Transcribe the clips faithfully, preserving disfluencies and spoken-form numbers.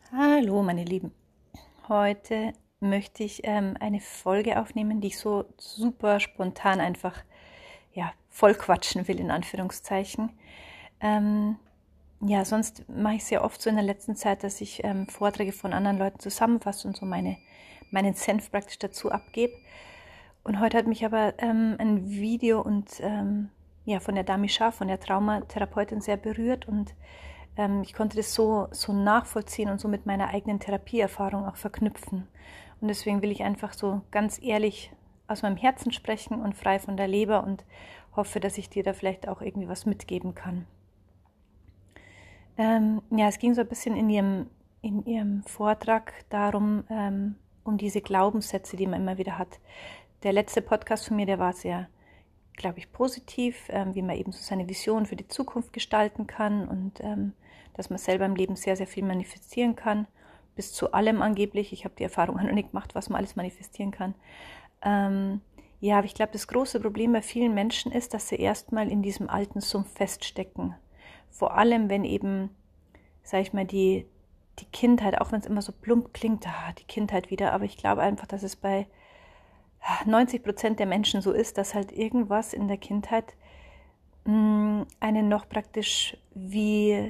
Hallo meine Lieben, heute möchte ich ähm, eine Folge aufnehmen, die ich so super spontan einfach ja, voll quatschen will, in Anführungszeichen. Ähm, ja, sonst mache ich es ja oft so in der letzten Zeit, dass ich ähm, Vorträge von anderen Leuten zusammenfasse und so meine, meinen Senf praktisch dazu abgebe. Und heute hat mich aber ähm, ein Video und ähm, ja, von der Dami Scharf, von der Traumatherapeutin, sehr berührt und ähm, ich konnte das so, so nachvollziehen und so mit meiner eigenen Therapieerfahrung auch verknüpfen. Und deswegen will ich einfach so ganz ehrlich aus meinem Herzen sprechen und frei von der Leber und hoffe, dass ich dir da vielleicht auch irgendwie was mitgeben kann. Ähm, ja, es ging so ein bisschen in ihrem, in ihrem Vortrag darum, ähm, um diese Glaubenssätze, die man immer wieder hat. Der letzte Podcast von mir, der war sehr, glaube ich, positiv, ähm, wie man eben so seine Vision für die Zukunft gestalten kann und ähm, dass man selber im Leben sehr, sehr viel manifestieren kann, bis zu allem angeblich. Ich habe die Erfahrung noch nicht gemacht, was man alles manifestieren kann. Ähm, ja, aber ich glaube, das große Problem bei vielen Menschen ist, dass sie erstmal in diesem alten Sumpf feststecken. Vor allem, wenn eben, sage ich mal, die, die Kindheit, auch wenn es immer so plump klingt, ah, die Kindheit wieder, aber ich glaube einfach, dass es bei neunzig Prozent der Menschen so ist, dass halt irgendwas in der Kindheit mh, einen noch praktisch wie,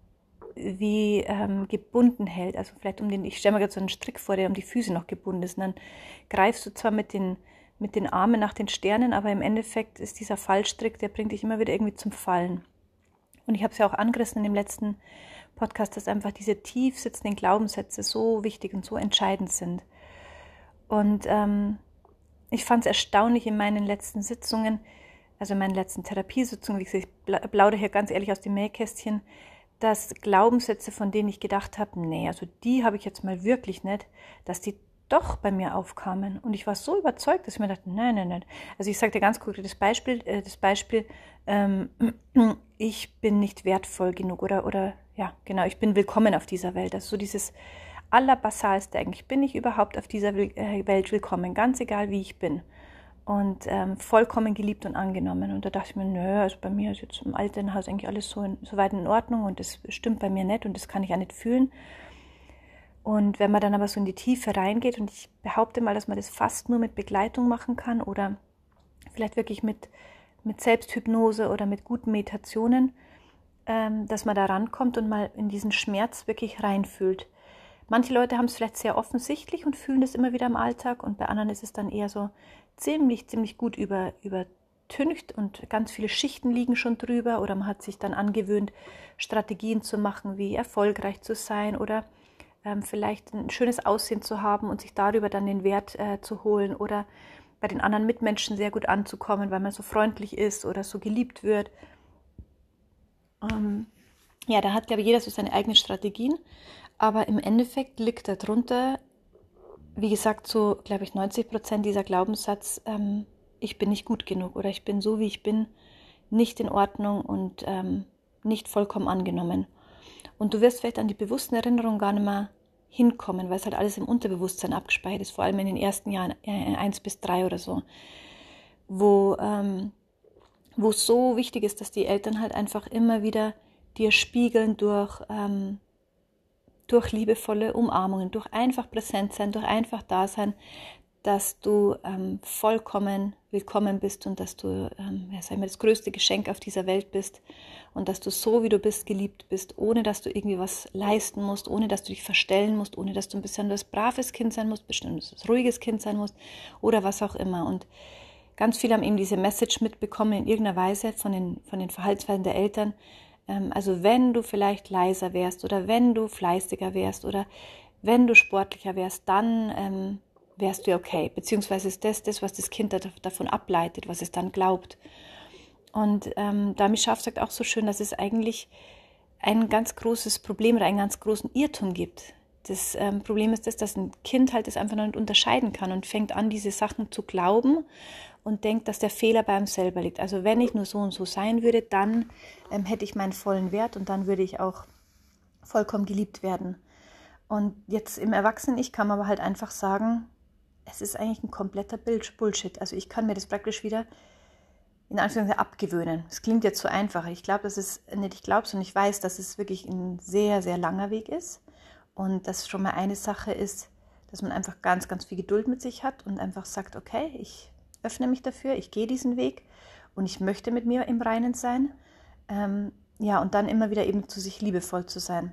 wie ähm, gebunden hält. Also vielleicht um den, ich stelle mir gerade so einen Strick vor, der um die Füße noch gebunden ist. Und dann greifst du zwar mit den, mit den Armen nach den Sternen, aber im Endeffekt ist dieser Fallstrick, der bringt dich immer wieder irgendwie zum Fallen. Und ich habe es ja auch angerissen in dem letzten Podcast, dass einfach diese tief sitzenden Glaubenssätze so wichtig und so entscheidend sind. Und ähm, ich fand es erstaunlich in meinen letzten Sitzungen, also in meinen letzten Therapiesitzungen, wie gesagt, ich plaudere hier ganz ehrlich aus dem Nähkästchen, dass Glaubenssätze, von denen ich gedacht habe, nee, also die habe ich jetzt mal wirklich nicht, dass die doch bei mir aufkamen. Und ich war so überzeugt, dass ich mir dachte, nein, nein, nein. Also ich sage dir ganz kurz das Beispiel, äh, das Beispiel, ähm, ich bin nicht wertvoll genug oder, oder, ja, genau, ich bin willkommen auf dieser Welt. Also so dieses Allerbasalste eigentlich, bin ich überhaupt auf dieser Welt willkommen, ganz egal wie ich bin. Und ähm, vollkommen geliebt und angenommen. Und da dachte ich mir, nö, also bei mir ist jetzt im Elternhaus eigentlich alles so, in, so weit in Ordnung und das stimmt bei mir nicht und das kann ich auch nicht fühlen. Und wenn man dann aber so in die Tiefe reingeht, und ich behaupte mal, dass man das fast nur mit Begleitung machen kann oder vielleicht wirklich mit, mit Selbsthypnose oder mit guten Meditationen, ähm, dass man da rankommt und mal in diesen Schmerz wirklich reinfühlt. Manche Leute haben es vielleicht sehr offensichtlich und fühlen das immer wieder im Alltag und bei anderen ist es dann eher so ziemlich, ziemlich gut über, übertüncht und ganz viele Schichten liegen schon drüber oder man hat sich dann angewöhnt, Strategien zu machen, wie erfolgreich zu sein oder ähm, vielleicht ein schönes Aussehen zu haben und sich darüber dann den Wert äh, zu holen oder bei den anderen Mitmenschen sehr gut anzukommen, weil man so freundlich ist oder so geliebt wird. Ähm, ja, da hat, glaube ich, jeder so seine eigenen Strategien. Aber im Endeffekt liegt darunter, wie gesagt, so, glaube ich, neunzig Prozent dieser Glaubenssatz, ähm, ich bin nicht gut genug oder ich bin so, wie ich bin, nicht in Ordnung und ähm, nicht vollkommen angenommen. Und du wirst vielleicht an die bewussten Erinnerungen gar nicht mehr hinkommen, weil es halt alles im Unterbewusstsein abgespeichert ist, vor allem in den ersten Jahren, äh, eins bis drei oder so, wo, ähm, wo es so wichtig ist, dass die Eltern halt einfach immer wieder dir spiegeln durch... Ähm, durch liebevolle Umarmungen, durch einfach präsent sein, durch einfach da sein, dass du ähm, vollkommen willkommen bist und dass du ähm, ja, sag ich mal, das größte Geschenk auf dieser Welt bist und dass du so, wie du bist, geliebt bist, ohne dass du irgendwie was leisten musst, ohne dass du dich verstellen musst, ohne dass du ein besonders braves Kind sein musst, bestimmt ein ruhiges Kind sein musst oder was auch immer. Und ganz viele haben eben diese Message mitbekommen in irgendeiner Weise von den, von den Verhaltensweisen der Eltern. Also wenn du vielleicht leiser wärst oder wenn du fleißiger wärst oder wenn du sportlicher wärst, dann ähm, wärst du okay. Beziehungsweise ist das das, was das Kind davon ableitet, was es dann glaubt. Und ähm, Dami Scharf sagt auch so schön, dass es eigentlich ein ganz großes Problem oder einen ganz großen Irrtum gibt. Das ähm, Problem ist das, dass ein Kind halt das einfach noch nicht unterscheiden kann und fängt an, diese Sachen zu glauben und denkt, dass der Fehler bei ihm selber liegt. Also wenn ich nur so und so sein würde, dann ähm, hätte ich meinen vollen Wert und dann würde ich auch vollkommen geliebt werden. Und jetzt im Erwachsenen-Ich kann man aber halt einfach sagen, es ist eigentlich ein kompletter Bullshit. Also ich kann mir das praktisch wieder in Anführungszeichen abgewöhnen. Es klingt jetzt so einfach. Ich glaube, dass es nicht, ich glaube es und ich weiß, dass es wirklich ein sehr, sehr langer Weg ist. Und das schon mal eine Sache ist, dass man einfach ganz, ganz viel Geduld mit sich hat und einfach sagt, okay, ich öffne mich dafür, ich gehe diesen Weg und ich möchte mit mir im Reinen sein. Ähm, ja, und dann immer wieder eben zu sich liebevoll zu sein.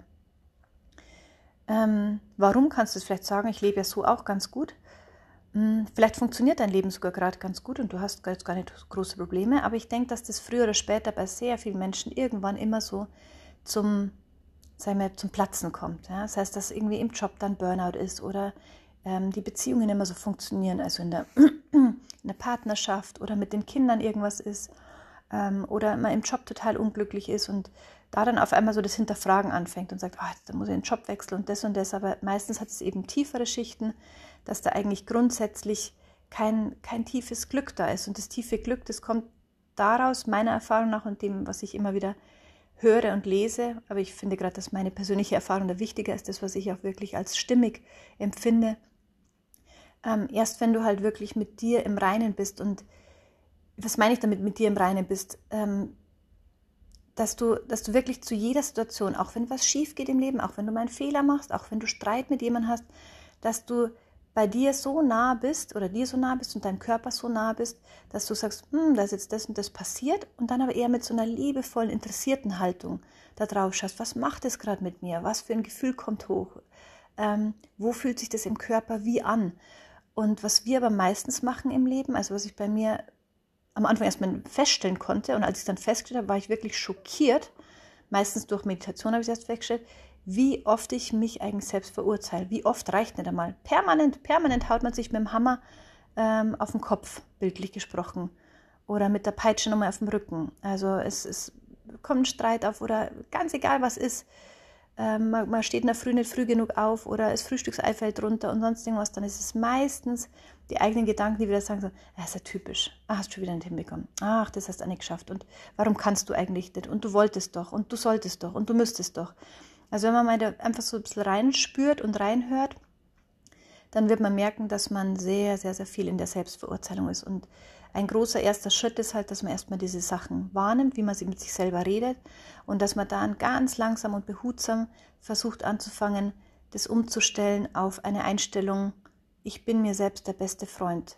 Ähm, warum kannst du es vielleicht sagen? Ich lebe ja so auch ganz gut. Hm, vielleicht funktioniert dein Leben sogar gerade ganz gut und du hast jetzt gar nicht große Probleme, aber ich denke, dass das früher oder später bei sehr vielen Menschen irgendwann immer so zum, sagen wir, zum Platzen kommt. Ja? Das heißt, dass irgendwie im Job dann Burnout ist oder ähm, die Beziehungen immer so funktionieren, also in der, in der Partnerschaft oder mit den Kindern irgendwas ist ähm, oder man im Job total unglücklich ist und da dann auf einmal so das Hinterfragen anfängt und sagt, oh, da muss ich den Job wechseln und das und das, aber meistens hat es eben tiefere Schichten, dass da eigentlich grundsätzlich kein, kein tiefes Glück da ist. Und das tiefe Glück, das kommt daraus, meiner Erfahrung nach und dem, was ich immer wieder höre und lese, aber ich finde gerade, dass meine persönliche Erfahrung da wichtiger ist, das, was ich auch wirklich als stimmig empfinde. Ähm, erst wenn du halt wirklich mit dir im Reinen bist und was meine ich damit, mit dir im Reinen bist, ähm, dass du, dass du wirklich zu jeder Situation, auch wenn was schief geht im Leben, auch wenn du mal einen Fehler machst, auch wenn du Streit mit jemandem hast, dass du bei dir so nah bist oder dir so nah bist und deinem Körper so nah bist, dass du sagst, hm, da ist jetzt das und das passiert und dann aber eher mit so einer liebevollen, interessierten Haltung da drauf schaust, was macht es gerade mit mir, was für ein Gefühl kommt hoch, ähm, wo fühlt sich das im Körper wie an. Und was wir aber meistens machen im Leben, also was ich bei mir am Anfang erstmal feststellen konnte und als ich es dann festgestellt habe, war ich wirklich schockiert, meistens durch Meditation habe ich es erst festgestellt, wie oft ich mich eigentlich selbst verurteile. Wie oft reicht nicht einmal. Permanent, permanent haut man sich mit dem Hammer ähm, auf den Kopf, bildlich gesprochen. Oder mit der Peitsche nochmal auf dem Rücken. Also es, es kommt ein Streit auf oder ganz egal was ist. Ähm, man, man steht in der Früh nicht früh genug auf oder das Frühstücksei fällt runter und sonst irgendwas. Dann ist es meistens die eigenen Gedanken, die wieder sagen so, das ist ja typisch. Ach, hast du schon wieder nicht hinbekommen. Ach, das hast du auch nicht geschafft. Und warum kannst du eigentlich nicht? Und du wolltest doch und du solltest doch und du müsstest doch. Also wenn man mal da einfach so ein bisschen reinspürt und reinhört, dann wird man merken, dass man sehr, sehr, sehr viel in der Selbstverurteilung ist. Und ein großer erster Schritt ist halt, dass man erstmal diese Sachen wahrnimmt, wie man sie mit sich selber redet und dass man dann ganz langsam und behutsam versucht anzufangen, das umzustellen auf eine Einstellung, ich bin mir selbst der beste Freund.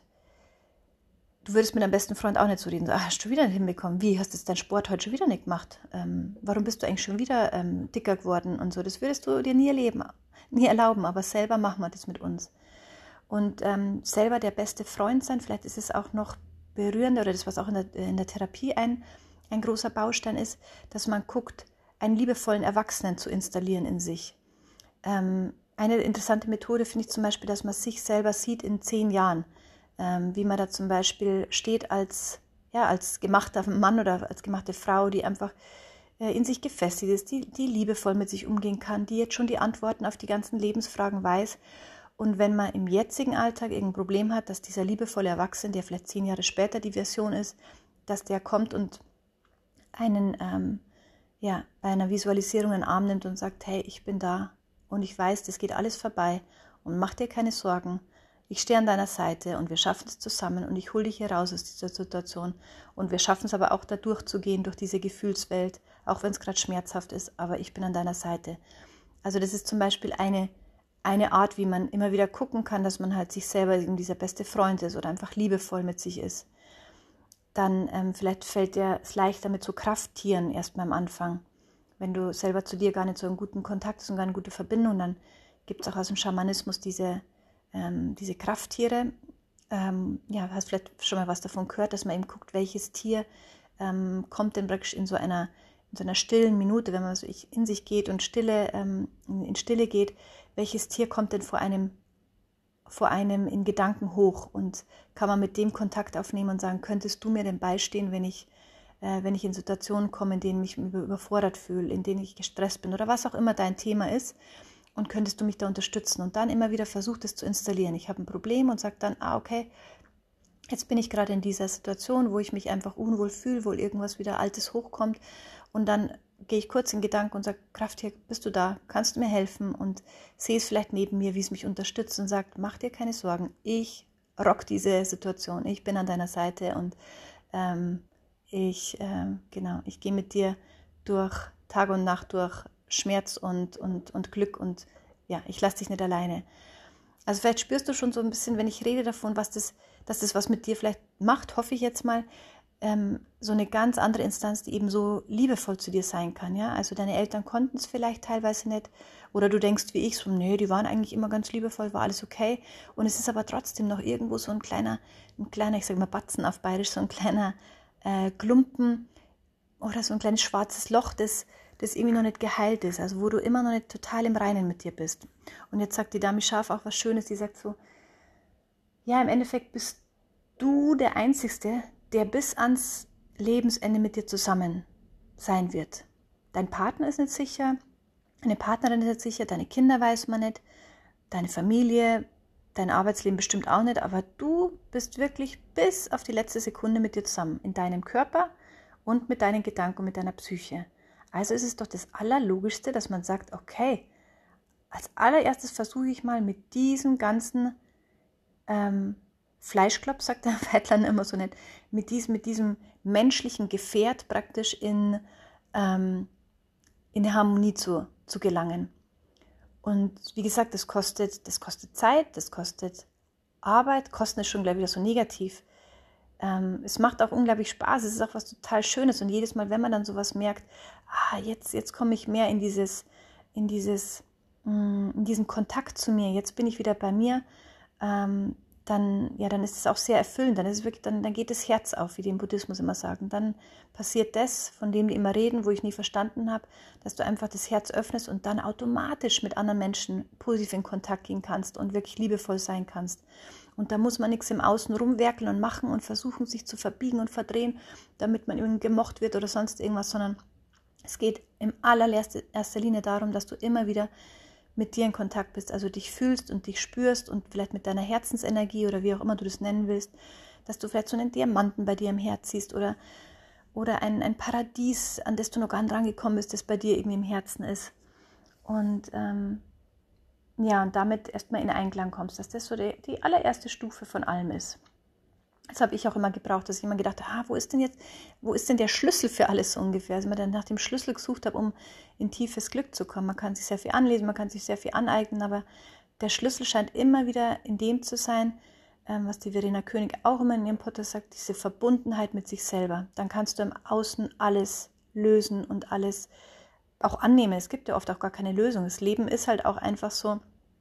Du würdest mit deinem besten Freund auch nicht so reden. Ach, hast du wieder nicht hinbekommen? Wie, hast du deinen Sport heute schon wieder nicht gemacht? Ähm, warum bist du eigentlich schon wieder ähm, dicker geworden und so? Das würdest du dir nie erleben, nie erlauben, aber selber machen wir das mit uns. Und ähm, selber der beste Freund sein, vielleicht ist es auch noch berührender oder das, was auch in der, in der Therapie ein, ein großer Baustein ist, dass man guckt, einen liebevollen Erwachsenen zu installieren in sich. Ähm, eine interessante Methode finde ich zum Beispiel, dass man sich selber sieht in zehn Jahren. Ähm, wie man da zum Beispiel steht als, ja, als gemachter Mann oder als gemachte Frau, die einfach äh, in sich gefestigt ist, die, die liebevoll mit sich umgehen kann, die jetzt schon die Antworten auf die ganzen Lebensfragen weiß. Und wenn man im jetzigen Alltag irgendein Problem hat, dass dieser liebevolle Erwachsene, der vielleicht zehn Jahre später die Version ist, dass der kommt und einen ähm, ja, bei einer Visualisierung in den Arm nimmt und sagt, hey, ich bin da und ich weiß, das geht alles vorbei und mach dir keine Sorgen. Ich stehe an deiner Seite und wir schaffen es zusammen und ich hole dich hier raus aus dieser Situation. Und wir schaffen es aber auch da durchzugehen, durch diese Gefühlswelt, auch wenn es gerade schmerzhaft ist, aber ich bin an deiner Seite. Also das ist zum Beispiel eine, eine Art, wie man immer wieder gucken kann, dass man halt sich selber dieser beste Freund ist oder einfach liebevoll mit sich ist. Dann ähm, vielleicht fällt dir es leichter mit so Krafttieren erstmal am Anfang. Wenn du selber zu dir gar nicht so einen guten Kontakt hast und gar eine gute Verbindung, dann gibt es auch aus dem Schamanismus diese Ähm, diese Krafttiere, ähm, ja, hast vielleicht schon mal was davon gehört, dass man eben guckt, welches Tier ähm, kommt denn praktisch in so einer, in so einer stillen Minute, wenn man so in sich geht und Stille, ähm, in Stille geht, welches Tier kommt denn vor einem, vor einem in Gedanken hoch und kann man mit dem Kontakt aufnehmen und sagen, könntest du mir denn beistehen, wenn ich, äh, wenn ich in Situationen komme, in denen ich mich überfordert fühle, in denen ich gestresst bin oder was auch immer dein Thema ist. Und könntest du mich da unterstützen? Und dann immer wieder versucht, es zu installieren. Ich habe ein Problem und sage dann, ah, okay, jetzt bin ich gerade in dieser Situation, wo ich mich einfach unwohl fühle, wo irgendwas wieder Altes hochkommt. Und dann gehe ich kurz in Gedanken und sage, Krafttier, bist du da? Kannst du mir helfen? Und sehe es vielleicht neben mir, wie es mich unterstützt und sagt, mach dir keine Sorgen, ich rock diese Situation. Ich bin an deiner Seite und ähm, ich, ähm, genau, ich gehe mit dir durch Tag und Nacht durch Schmerz und, und, und Glück und ja, ich lasse dich nicht alleine. Also vielleicht spürst du schon so ein bisschen, wenn ich rede davon, was das, dass das was mit dir vielleicht macht, hoffe ich jetzt mal, ähm, so eine ganz andere Instanz, die eben so liebevoll zu dir sein kann. Ja? Also deine Eltern konnten es vielleicht teilweise nicht oder du denkst wie ich, so, nee, die waren eigentlich immer ganz liebevoll, war alles okay. Und es ist aber trotzdem noch irgendwo so ein kleiner, ein kleiner, ich sage mal Batzen auf Bayerisch, so ein kleiner äh, Klumpen oder so ein kleines schwarzes Loch, das das irgendwie noch nicht geheilt ist, also wo du immer noch nicht total im Reinen mit dir bist. Und jetzt sagt die Dame Scharf auch was Schönes, die sagt so, ja, im Endeffekt bist du der Einzige, der bis ans Lebensende mit dir zusammen sein wird. Dein Partner ist nicht sicher, deine Partnerin ist nicht sicher, deine Kinder weiß man nicht, deine Familie, dein Arbeitsleben bestimmt auch nicht, aber du bist wirklich bis auf die letzte Sekunde mit dir zusammen, in deinem Körper und mit deinen Gedanken und mit deiner Psyche. Also ist es doch das Allerlogischste, dass man sagt, okay, als allererstes versuche ich mal mit diesem ganzen ähm, Fleischklopp, sagt der Weidler immer so nett, mit diesem, mit diesem menschlichen Gefährt praktisch in, ähm, in eine Harmonie zu, zu gelangen. Und wie gesagt, das kostet, das kostet Zeit, das kostet Arbeit, Kosten ist schon gleich wieder so negativ. Ähm, es macht auch unglaublich Spaß, es ist auch was total Schönes und jedes Mal, wenn man dann sowas merkt, ah, jetzt, jetzt komme ich mehr in dieses, in dieses, mh, in diesen Kontakt zu mir, jetzt bin ich wieder bei mir, ähm, dann, ja, dann ist es auch sehr erfüllend, dann ist es wirklich, dann, dann geht das Herz auf, wie die im Buddhismus immer sagen. Dann passiert das, von dem die immer reden, wo ich nie verstanden habe, dass du einfach das Herz öffnest und dann automatisch mit anderen Menschen positiv in Kontakt gehen kannst und wirklich liebevoll sein kannst. Und da muss man nichts im Außen rumwerkeln und machen und versuchen, sich zu verbiegen und verdrehen, damit man irgendwie gemocht wird oder sonst irgendwas, sondern es geht in allererster Linie darum, dass du immer wieder mit dir in Kontakt bist, also dich fühlst und dich spürst und vielleicht mit deiner Herzensenergie oder wie auch immer du das nennen willst, dass du vielleicht so einen Diamanten bei dir im Herz siehst oder, oder ein, ein Paradies, an das du noch gar nicht rangekommen bist, das bei dir irgendwie im Herzen ist. Und ähm, ja, und damit erstmal in Einklang kommst, dass das so die, die allererste Stufe von allem ist. Das habe ich auch immer gebraucht, dass ich immer gedacht habe, ah, wo ist denn jetzt, wo ist denn der Schlüssel für alles so ungefähr? Als ich mir dann nach dem Schlüssel gesucht habe, um in tiefes Glück zu kommen. Man kann sich sehr viel anlesen, man kann sich sehr viel aneignen, aber der Schlüssel scheint immer wieder in dem zu sein, ähm, was die Verena König auch immer in ihrem Podcast sagt, diese Verbundenheit mit sich selber. Dann kannst du im Außen alles lösen und alles auch annehmen. Es gibt ja oft auch gar keine Lösung. Das Leben ist halt auch einfach so,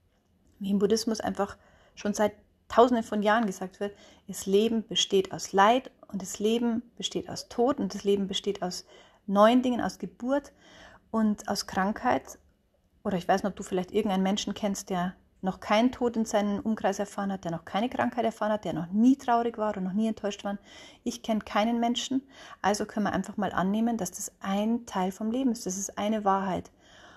wie im Buddhismus einfach schon seit Tausenden von Jahren gesagt wird, das Leben besteht aus Leid und das Leben besteht aus Tod und das Leben besteht aus neuen Dingen, aus Geburt und aus Krankheit. Oder ich weiß nicht, ob du vielleicht irgendeinen Menschen kennst, der noch keinen Tod in seinem Umkreis erfahren hat, der noch keine Krankheit erfahren hat, der noch nie traurig war oder noch nie enttäuscht war. Ich kenne keinen Menschen, also können wir einfach mal annehmen, dass das ein Teil vom Leben ist, das ist eine Wahrheit.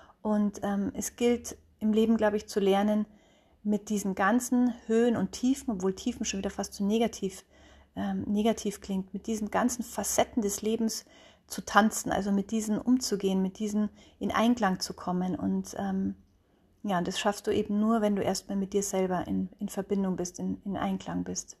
Und ähm, es gilt im Leben, glaube ich, zu lernen, mit diesen ganzen Höhen und Tiefen, obwohl Tiefen schon wieder fast so negativ, ähm, negativ klingt, mit diesen ganzen Facetten des Lebens zu tanzen, also mit diesen umzugehen, mit diesen in Einklang zu kommen. Und ähm, ja, das schaffst du eben nur, wenn du erstmal mit dir selber in, in Verbindung bist, in, in Einklang bist.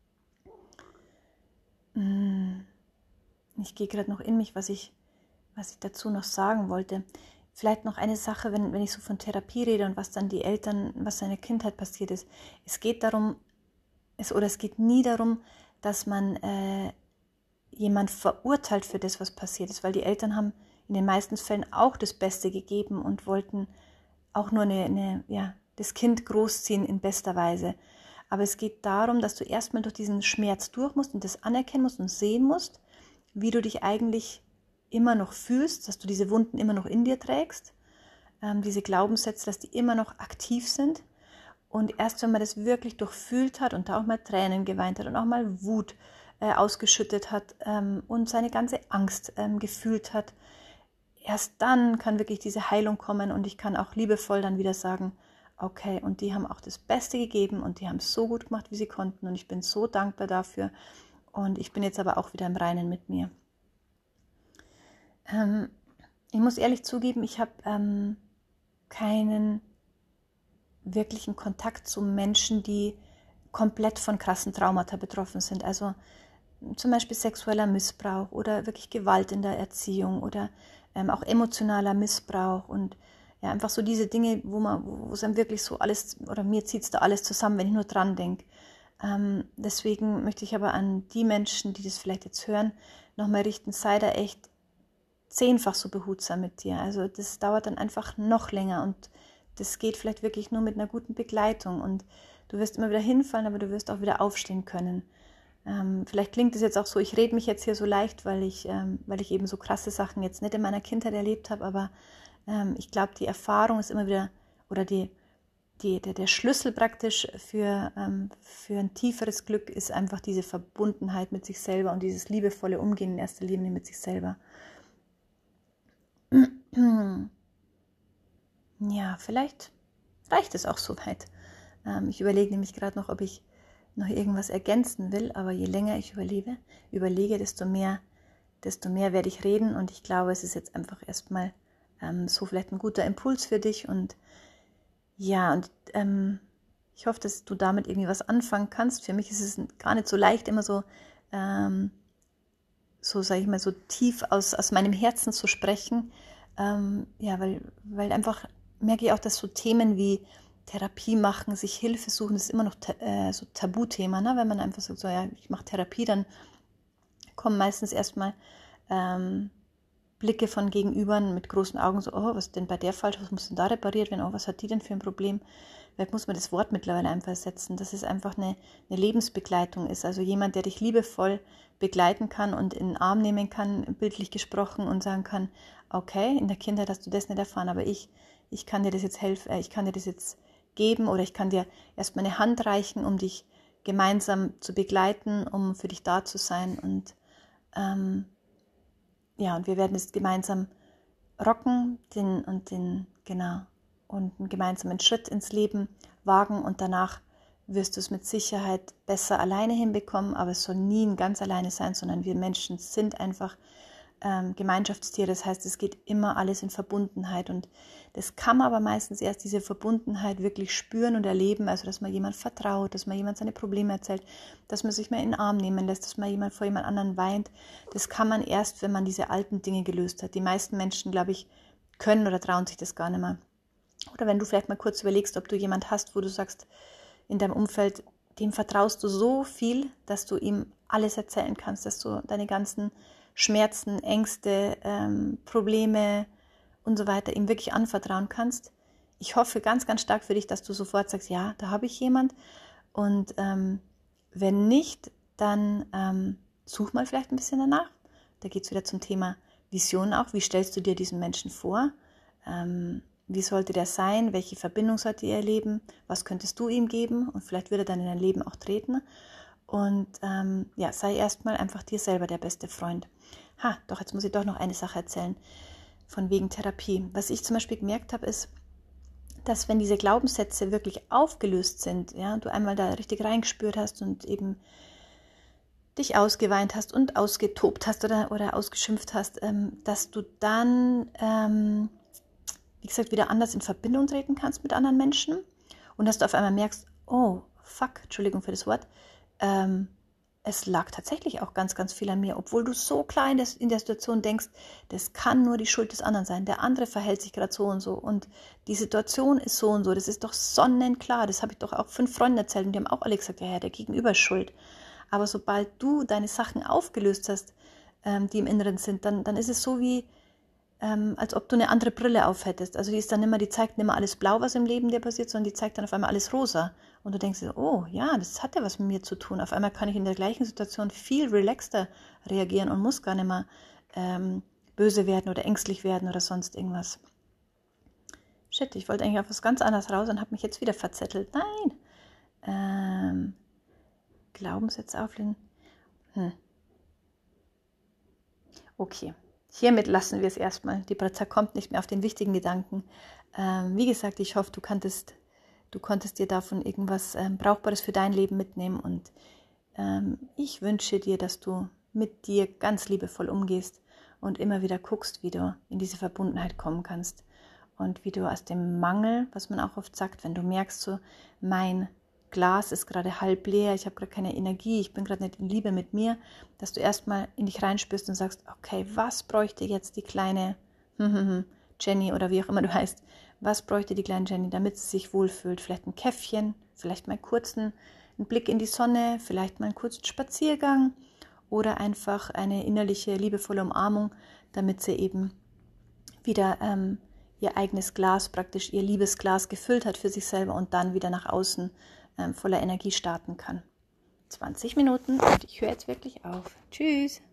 Ich gehe gerade noch in mich, was ich, was ich dazu noch sagen wollte. Vielleicht noch eine Sache, wenn, wenn ich so von Therapie rede und was dann die Eltern, was in der Kindheit passiert ist. Es geht darum, es, oder es geht nie darum, dass man äh, jemand verurteilt für das, was passiert ist, weil die Eltern haben in den meisten Fällen auch das Beste gegeben und wollten auch nur eine, eine, ja, das Kind großziehen in bester Weise. Aber es geht darum, dass du erstmal durch diesen Schmerz durch musst und das anerkennen musst und sehen musst, wie du dich eigentlich immer noch fühlst, dass du diese Wunden immer noch in dir trägst, ähm, diese Glaubenssätze, dass die immer noch aktiv sind. Und erst wenn man das wirklich durchfühlt hat und da auch mal Tränen geweint hat und auch mal Wut äh, ausgeschüttet hat ähm, und seine ganze Angst ähm, gefühlt hat, erst dann kann wirklich diese Heilung kommen und ich kann auch liebevoll dann wieder sagen, okay, und die haben auch das Beste gegeben und die haben es so gut gemacht, wie sie konnten und ich bin so dankbar dafür und ich bin jetzt aber auch wieder im Reinen mit mir. Ähm, ich muss ehrlich zugeben, ich habe ähm, keinen wirklichen Kontakt zu Menschen, die komplett von krassen Traumata betroffen sind. Also zum Beispiel sexueller Missbrauch oder wirklich Gewalt in der Erziehung oder ähm, auch emotionaler Missbrauch. Und Ja, einfach so diese Dinge, wo man, wo es einem wirklich so alles, oder mir zieht es da alles zusammen, wenn ich nur dran denke. Ähm, deswegen möchte ich aber an die Menschen, die das vielleicht jetzt hören, nochmal richten, sei da echt zehnfach so behutsam mit dir. Also das dauert dann einfach noch länger und das geht vielleicht wirklich nur mit einer guten Begleitung und du wirst immer wieder hinfallen, aber du wirst auch wieder aufstehen können. Ähm, vielleicht klingt es jetzt auch so, ich rede mich jetzt hier so leicht, weil ich, ähm, weil ich eben so krasse Sachen jetzt nicht in meiner Kindheit erlebt habe, aber ähm, ich glaube, die Erfahrung ist immer wieder, oder die, die, der, der Schlüssel praktisch für, ähm, für ein tieferes Glück ist einfach diese Verbundenheit mit sich selber und dieses liebevolle Umgehen in erster Linie mit sich selber. Ja, vielleicht reicht es auch soweit. Ähm, ich überlege nämlich gerade noch, ob ich noch irgendwas ergänzen will, aber je länger ich überlebe, überlege, desto mehr, desto mehr werde ich reden und ich glaube, es ist jetzt einfach erstmal ähm, so vielleicht ein guter Impuls für dich und ja, und ähm, ich hoffe, dass du damit irgendwie was anfangen kannst. Für mich ist es gar nicht so leicht, immer so, ähm, so sage ich mal, so tief aus, aus meinem Herzen zu sprechen. Ähm, ja, weil, weil einfach merke ich auch, dass so Themen wie Therapie machen, sich Hilfe suchen, das ist immer noch ta- äh, so Tabuthema, ne? Wenn man einfach sagt, so ja, ich mache Therapie, dann kommen meistens erstmal ähm, Blicke von Gegenübern mit großen Augen, so, oh, was ist denn bei der falsch, was muss denn da repariert werden, oh, was hat die denn für ein Problem? Vielleicht muss man das Wort mittlerweile einfach setzen, dass es einfach eine, eine Lebensbegleitung ist, also jemand, der dich liebevoll begleiten kann und in den Arm nehmen kann, bildlich gesprochen und sagen kann, okay, in der Kindheit hast du das nicht erfahren, aber ich, ich kann dir das jetzt helfen, ich kann dir das jetzt geben oder ich kann dir erstmal eine Hand reichen, um dich gemeinsam zu begleiten, um für dich da zu sein und ähm, ja, und wir werden es gemeinsam rocken den, und den, genau, und einen gemeinsamen Schritt ins Leben wagen und danach wirst du es mit Sicherheit besser alleine hinbekommen, aber es soll nie ein ganz alleine sein, sondern wir Menschen sind einfach ähm, Gemeinschaftstiere, das heißt, es geht immer alles in Verbundenheit und das kann man aber meistens erst diese Verbundenheit wirklich spüren und erleben, also dass man jemand vertraut, dass man jemand seine Probleme erzählt, dass man sich mal in den Arm nehmen lässt, dass man jemand vor jemand anderen weint, das kann man erst, wenn man diese alten Dinge gelöst hat. Die meisten Menschen, glaube ich, können oder trauen sich das gar nicht mehr. Oder wenn du vielleicht mal kurz überlegst, ob du jemand hast, wo du sagst, in deinem Umfeld, dem vertraust du so viel, dass du ihm alles erzählen kannst, dass du deine ganzen Schmerzen, Ängste, ähm, Probleme und so weiter ihm wirklich anvertrauen kannst. Ich hoffe ganz, ganz stark für dich, dass du sofort sagst, ja, da habe ich jemand. Und ähm, wenn nicht, dann ähm, such mal vielleicht ein bisschen danach. Da geht es wieder zum Thema Vision auch. Wie stellst du dir diesen Menschen vor? Ähm, wie sollte der sein? Welche Verbindung sollte ihr erleben? Was könntest du ihm geben? Und vielleicht wird er dann in dein Leben auch treten. Und ähm, ja, sei erstmal einfach dir selber der beste Freund. Ha, doch, jetzt muss ich doch noch eine Sache erzählen, von wegen Therapie. Was ich zum Beispiel gemerkt habe, ist, dass wenn diese Glaubenssätze wirklich aufgelöst sind, ja, du einmal da richtig reingespürt hast und eben dich ausgeweint hast und ausgetobt hast oder, oder ausgeschimpft hast, ähm, dass du dann, ähm, wie gesagt, wieder anders in Verbindung treten kannst mit anderen Menschen und dass du auf einmal merkst, oh, fuck, Entschuldigung für das Wort, ähm, es lag tatsächlich auch ganz, ganz viel an mir, obwohl du so klar in der, in der Situation denkst, das kann nur die Schuld des anderen sein, der andere verhält sich gerade so und so und die Situation ist so und so, das ist doch sonnenklar, das habe ich doch auch fünf Freunden erzählt und die haben auch alle gesagt, ja, ja, der Gegenüber ist schuld. Aber sobald du deine Sachen aufgelöst hast, ähm, die im Inneren sind, dann, dann ist es so wie, ähm, als ob du eine andere Brille aufhättest. Also die ist dann immer, die zeigt nicht mehr alles blau, was im Leben dir passiert, sondern die zeigt dann auf einmal alles rosa. Und du denkst dir, oh ja, das hat ja was mit mir zu tun. Auf einmal kann ich in der gleichen Situation viel relaxter reagieren und muss gar nicht mehr ähm, böse werden oder ängstlich werden oder sonst irgendwas. Shit, ich wollte eigentlich auf was ganz anderes raus und habe mich jetzt wieder verzettelt. Nein. Ähm, Glaubenssätze auflösen. Hm. Okay. Hiermit lassen wir es erstmal. Die Bratza kommt nicht mehr auf den wichtigen Gedanken. Ähm, wie gesagt, ich hoffe, du konntest, du konntest dir davon irgendwas ähm, Brauchbares für dein Leben mitnehmen. Und ähm, ich wünsche dir, dass du mit dir ganz liebevoll umgehst und immer wieder guckst, wie du in diese Verbundenheit kommen kannst. Und wie du aus dem Mangel, was man auch oft sagt, wenn du merkst, so mein Glas ist gerade halb leer, ich habe gerade keine Energie, ich bin gerade nicht in Liebe mit mir, dass du erstmal in dich reinspürst und sagst, okay, was bräuchte jetzt die kleine Jenny oder wie auch immer du heißt, Was bräuchte die kleine Jenny, damit sie sich wohlfühlt? Vielleicht ein Käffchen, vielleicht mal kurz einen, einen Blick in die Sonne, vielleicht mal einen kurzen Spaziergang oder einfach eine innerliche, liebevolle Umarmung, damit sie eben wieder ähm, ihr eigenes Glas, praktisch ihr Liebesglas gefüllt hat für sich selber und dann wieder nach außen ähm, voller Energie starten kann. zwanzig Minuten und ich höre jetzt wirklich auf. Tschüss!